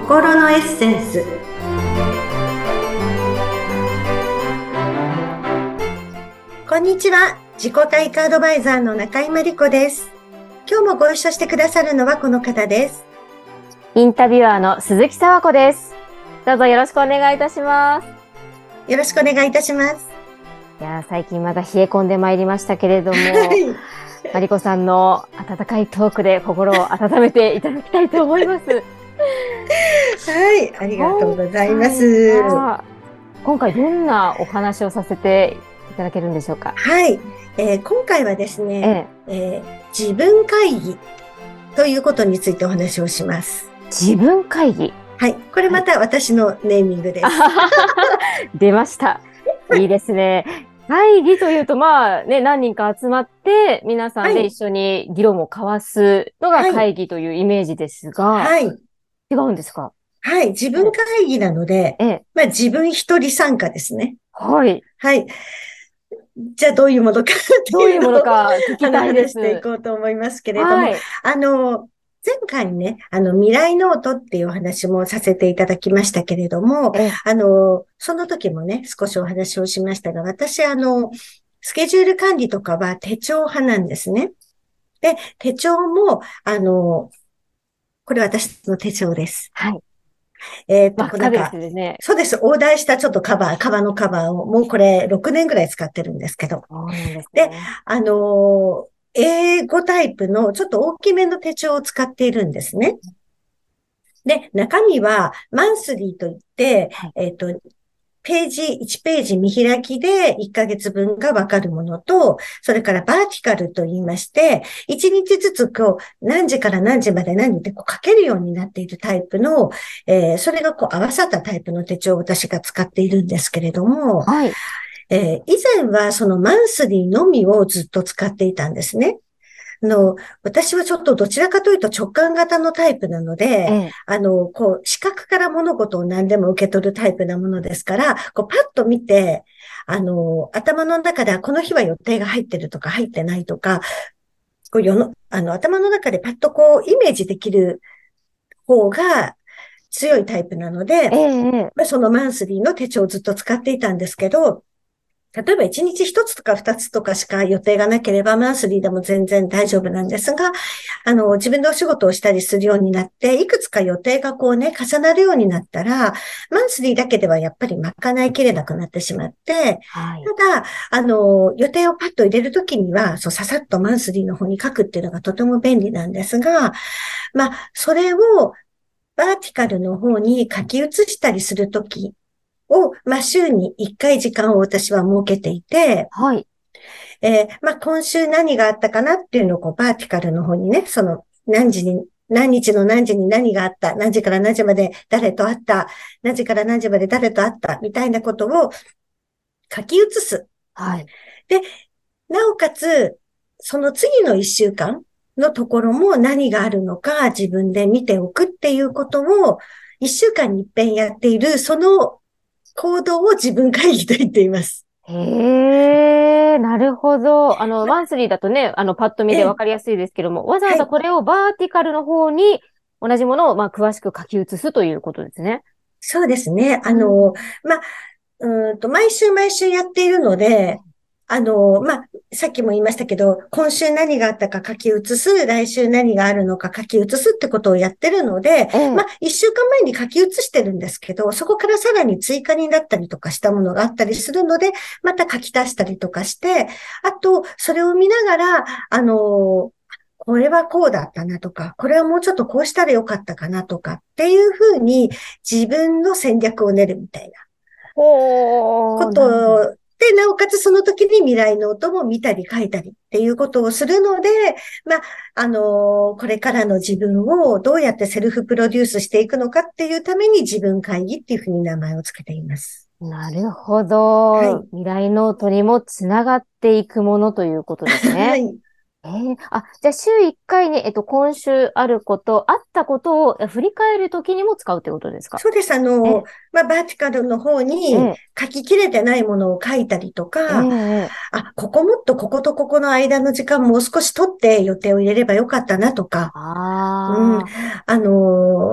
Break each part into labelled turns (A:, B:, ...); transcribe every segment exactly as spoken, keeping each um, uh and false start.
A: 心のエッセンス。こんにちは、自己体化アドバイザーの中井真理子です。今日もご一緒してくださるのはこの方です。
B: インタビュアーの鈴木佐和子です。どうぞよろしくお願いいたします。
A: よろしくお願いいたします。
B: いや最近また冷え込んでまいりましたけれども、はい、真理子さんの温かいトークで心を温めていただきたいと思います。
A: はい、ありがとうございます。
B: 今回どんなお話をさせていただけるんでしょうか。
A: はい、えー、今回はですね、えええー、自分会議ということについてお話をします。
B: 自分会議。
A: はい、これまた私のネーミングです。
B: 出ました。いいですね。会議というと、まあね、何人か集まって、皆さんで一緒に議論を交わすのが会議というイメージですが、はい。違うんですか？
A: はい。自分会議なので、ええ、まあ自分一人参加ですね。
B: はい。
A: はい。じゃあどういうものかっていうのを、
B: どういうものか聞きたいです。
A: 話していこうと思いますけれども、はい、あの、前回ね、あの、未来ノートっていうお話もさせていただきましたけれども、あの、その時もね、少しお話をしましたが、私、あの、スケジュール管理とかは手帳派なんですね。で、手帳も、あの、これ私の手帳です。
B: はい。
A: えっと、
B: 真っ赤ですね。
A: そうです。オーダーしたちょっとカバー、カバーのカバーを、もうこれろくねんぐらい使ってるんですけど。
B: そうなんです
A: ね。で、あの、英語タイプのちょっと大きめの手帳を使っているんですね。で、中身はマンスリーといって、はい、えっと、ページ、いちページ見開きでいっかげつぶんがわかるものと、それからバーティカルと言いまして、いちにちずつこう、何時から何時まで何ってこう書けるようになっているタイプの、えー、それがこう合わさったタイプの手帳を私が使っているんですけれども、はい。えー、以前はそのマンスリーのみをずっと使っていたんですね。あの、私はちょっとどちらかというと直感型のタイプなので、ええ、あの、こう、視覚から物事を何でも受け取るタイプなものですから、こう、パッと見て、あの、頭の中ではこの日は予定が入ってるとか入ってないとか、こう、世の、あの、頭の中でパッとこう、イメージできる方が強いタイプなので、ええ、まあ、そのマンスリーの手帳をずっと使っていたんですけど、例えばいちにちひとつとかふたつとかしか予定がなければマンスリーでも全然大丈夫なんですが、あの、自分でお仕事をしたりするようになって、いくつか予定がこうね、重なるようになったら、マンスリーだけではやっぱり賄いきれなくなってしまって、はい、ただ、あの、予定をパッと入れるときには、そう、ささっとマンスリーの方に書くっていうのがとても便利なんですが、まあ、それをバーティカルの方に書き写したりするとき、を、まあ、週にいっかい時間を私は設けていて、はい。えー、まあ、今週何があったかなっていうのを、こう、バーティカルの方にね、その、何時に、何日の何時に何があった、何時から何時まで誰と会った、何時から何時まで誰と会った、みたいなことを書き写す。はい。で、なおかつ、その次のいっしゅうかんのところも何があるのか自分で見ておくっていうことを、いっしゅうかんに一遍やっている、その行動を自分会議と言っています。
B: へえ、なるほど。あの、マンスリーだとね、あの、パッと見でわかりやすいですけども、わざわざこれをバーティカルの方に同じものを、まあ、詳しく書き写すということですね。
A: そうですね。あの、まあ、うんと、毎週毎週やっているので、あの、まあ、さっきも言いましたけど、今週何があったか書き写す、来週何があるのか書き写すってことをやってるので、ええ、まあ、一週間前に書き写してるんですけど、そこからさらに追加になったりとかしたものがあったりするので、また書き足したりとかして、あと、それを見ながら、あの、これはこうだったなとか、これはもうちょっとこうしたらよかったかなとかっていうふうに自分の戦略を練るみたいな。ことで、なおかつその時に未来ノートも見たり書いたりっていうことをするので、まあ、あの、これからの自分をどうやってセルフプロデュースしていくのかっていうために自分会議っていうふうに名前をつけています。
B: なるほど。はい、未来ノートにもつながっていくものということですね。はい。えー、あ、じゃあ週いっかいに、えっと、今週あること、あったことを振り返るときにも使うってことですか？
A: そうです。あの、まあ、バーティカルの方に書ききれてないものを書いたりとか、えー、あ、ここもっとこことここの間の時間もう少し取って予定を入れればよかったなとか、あ、うん、あの、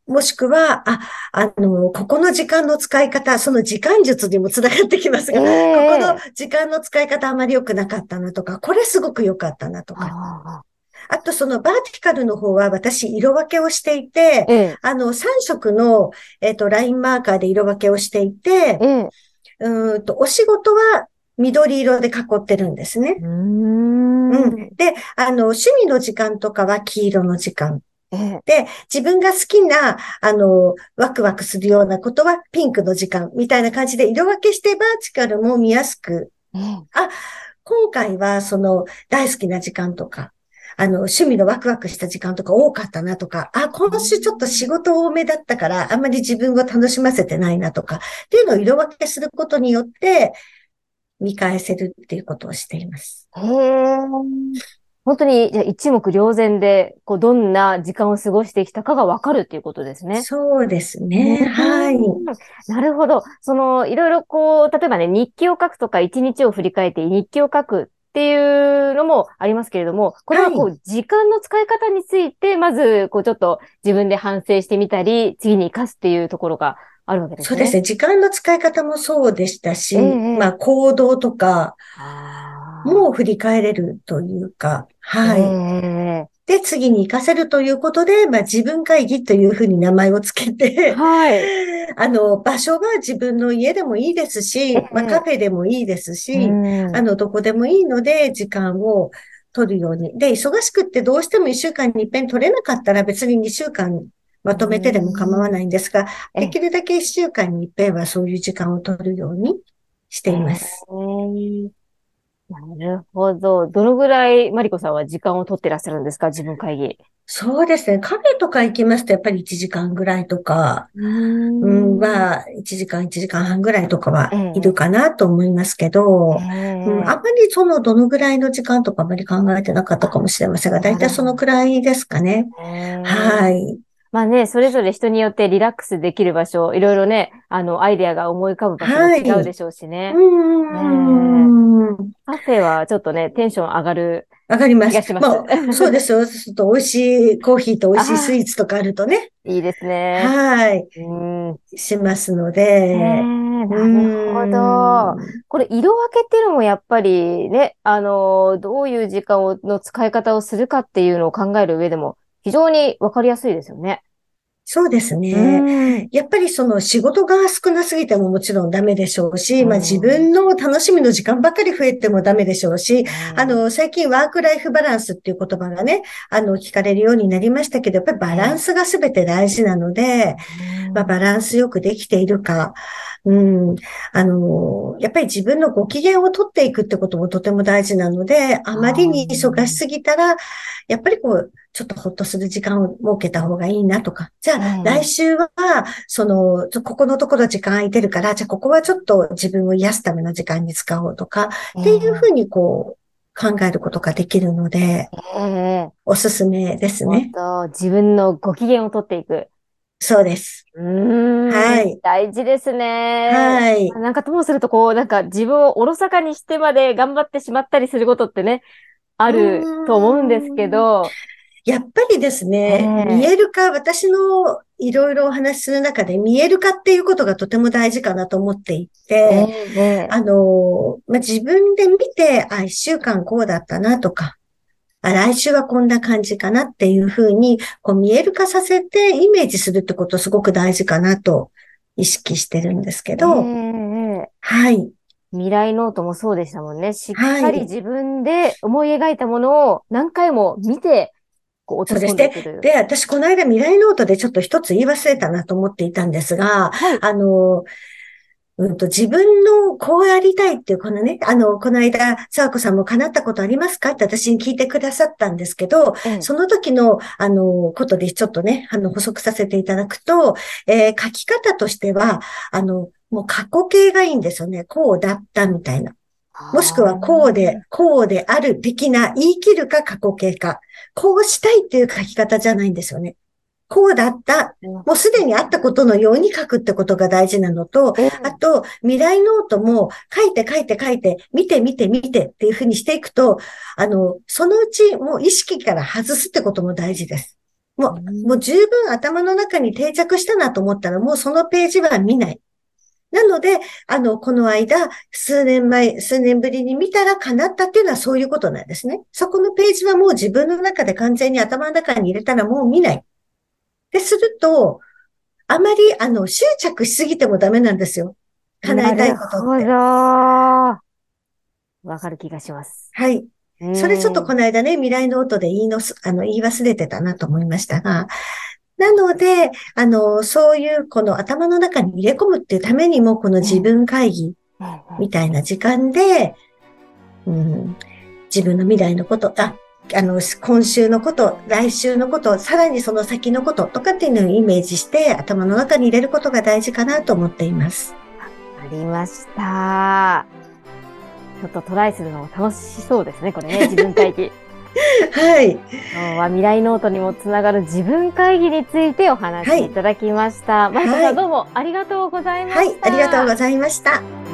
A: もしくは、あ、あの、ここの時間の使い方、その時間術にもつながってきます
B: え
A: が、ここの
B: え
A: 時間の使い方あまり良くなかったなとか、これすごく良かったなとか。
B: ああ、
A: あと、そのバーティカルの方は私、色分けをしていて、
B: ええ、
A: あの、さん色の、えっと、ラインマーカーで色分けをしていて、
B: ええ、
A: うーんと、お仕事は緑色で囲ってるんですね。
B: うー
A: うん。
B: ん、
A: で、あの、趣味の時間とかは黄色の時間。
B: ええ、
A: で、自分が好きな、あの、ワクワクするようなことはピンクの時間みたいな感じで色分けしてバーチカルも見やすく、
B: ええ、
A: あ、今回はその大好きな時間とか、あの、趣味のワクワクした時間とか多かったなとか、あ、今週ちょっと仕事多めだったから、あんまり自分を楽しませてないなとか、っていうのを色分けすることによって、見返せるっていうことをしています。
B: へえ。本当に、じゃあ一目瞭然で、こう、どんな時間を過ごしてきたかがわかるっていうことですね。
A: そうです
B: うー
A: ね。はい。
B: ん。なるほど。その、いろいろこう、例えばね、日記を書くとか、一日を振り返って日記を書くっていうのもありますけれども、これ
A: はい。
B: はこう、時間の使い方について、まず、こう、ちょっと自分で反省してみたり、次に活かすっていうところがあるわけですね。
A: そうですね。時間の使い方もそうでした
B: ええ、
A: し、まあ、
B: ええ。
A: 行動とかも
B: あ
A: 振り返れるというか、
B: あ、
A: はい。
B: ええ、
A: で、次に活かせるということで、まあ、自分会議というふうに名前をつけて、
B: はい。
A: あの、場所は自分の家でもいいです
B: え
A: し、まあ、カ
B: え、
A: フェでもいいです
B: う
A: し、あ
B: ん。
A: の、どこでもいいので、時間を取るように。で、忙しくってどうしてもいっしゅうかんに一遍取れなかったら別ににしゅうかんま
B: う
A: とめてでも構わ
B: ん。
A: ないんですが、
B: ええ、
A: できるだけいっしゅうかんに一遍はそういう時間を取るようにしていま
B: え
A: す。
B: え、なるほど。どのぐらい、マリコさんは時間を取ってらっしゃるんですか？自分会議。
A: そうですね。カフェとか行きますとやっぱりいちじかんぐらいとか、
B: う
A: うん、
B: ーん。
A: は、いちじかん、いちじかんはんぐらいとか
B: え
A: はいる
B: え、
A: かなと思いますけ
B: え
A: ど、うん、あ
B: え。
A: んまりその、どのぐらいの時間とかあまり考えてなかった
B: あ、
A: かもしれませんが、だいたいその
B: なるほど。
A: くらいですかね。
B: ええ。
A: はい。
B: まあね、それぞれ人によってリラックスできる場所、いろいろね、あの、アイデアが思い浮かぶ場所も
A: はい。
B: 違うでしょうし
A: う
B: ね。ええ。
A: ん、ん。
B: カフェはちょっとね、テンション上がる
A: わかります。
B: 気がします。
A: まあ、そうですよ。そうすると美味しいコーヒーと美味しいスイ
B: ああ、
A: ーツとかあるとね。
B: いいですね。
A: はい。
B: うん。
A: しますの
B: え
A: で。
B: え、
A: う
B: なるほど。
A: ーん。
B: これ、色分けっていうのもやっぱりね、あの、どういう時間をの使い方をするかっていうのを考える上でも、非常にわかりやすいですよね。
A: そうです
B: う
A: ね。
B: ーん。
A: やっぱりその仕事が少なすぎてももちろんダメでしょうし、
B: う
A: まあ自
B: ん。
A: 分の楽しみの時間ばっかり増えてもダメでしょうし、
B: うん。
A: あの、最近ワークライフバランスっていう言葉がね、あの、聞かれるようになりましたけど、やっぱりバラン
B: ええ。
A: スが全て大事なので、
B: うん。
A: まあバランスよくできているか、うん、あの、やっぱり自分のご機嫌を取っていくってこともとても大事なので、あまり
B: あ
A: に忙しすぎたら、やっぱりこう、ちょっとほっとする時間を設けた方がいいなとか。じゃ
B: ー、
A: あ、来
B: ええ。
A: 週は、その、ちょここのところ時間空いてるから、じゃあここはちょっと自分を癒すための時間に使おうとか、っていうふう
B: ええ。
A: にこう、考えることができるので、
B: ええ。
A: おすすめです
B: もっ
A: ね。
B: と自分のご機嫌をとっていく。
A: そうです。
B: うーん、
A: はい。
B: 大事ですね。
A: はい。
B: なんかともすると、こう、なんか自分をおろそかにしてまで頑張ってしまったりすることってね、あ
A: う
B: ると思うんですけ
A: ーん。
B: ど、
A: やっぱりです
B: え
A: ね、見
B: え、
A: える化、私のいろいろお話しする中で見える化っていうことがとても大事かなと思っていて、
B: ええ、ええ、
A: あの、まあ、自分で見て、あ、一週間こうだったなとか、あ、来週はこんな感じかなっていうふうに、こう見える化させてイメージするってことすごく大事かなと意識してるんですけ
B: え
A: ど、
B: え、
A: はい、
B: 未来ノートもそうでしたもんね。しっ
A: はい、
B: かり自分で思い描いたものを何回も見て、こう落とし込んでい
A: そうですね。
B: くという。
A: で、私この間未来ノートでちょっと一つ言い忘れたなと思っていたんですが、
B: はい。
A: あの、うんと、自分のこうやりたいっていう、このね、あの、この間、沢子さんも叶ったことありますかって私に聞いてくださったんですけど、
B: ええ、
A: その時の、あの、ことでちょっとね、あの、補足させていただくと、えー書き方としては、あの、もう過去形がいいんですよね。こうだったみたいな。もしくは
B: あ
A: こうで、こうである的な言い切るか過去形か。こうしたいっていう書き方じゃないんですよね。こうだった。
B: あ、
A: もうすでにあったことのように書くってことが大事なのと、
B: ええ、
A: あと、未来ノートも書いて書いて書いて、見て見て見てっていうふうにしていくと、あの、そのうちもう意識から外すってことも大事です。 もう、もう十分頭の中に定着したなと思ったら、もうそのページは見ない。なので、あの、この間、数年前、数年ぶりに見たら叶ったっていうのはそういうことなんですね。そこのページはもう自分の中で完全に頭の中に入れたらもう見ない。で、すると、あまり、あの、執着しすぎてもダメなんですよ。叶えたいことって。
B: なるほど。わかる気がします。
A: はい。
B: う
A: それちょっとこ
B: ん。
A: の間ね、未来ノートで言いのす、あの、言い忘れてたなと思いましたが、なので、あの、そういうこの頭の中に入れ込むっていうためにも、この自分会議みたいな時間で、うん、自分の未来のこと、あ、あの、今週のこと、来週のこと、さらにその先のこととかっていうのをイメージして頭の中に入れることが大事かなと思っています。
B: ありました。ちょっとトライするのも楽しそうですね、これね、自分会議。
A: はい。
B: 今日は未来ノートにもつながる自分会議についてお話しいただきました。マリコさん、どうもありがとうございました。
A: はい、ありがとうございました。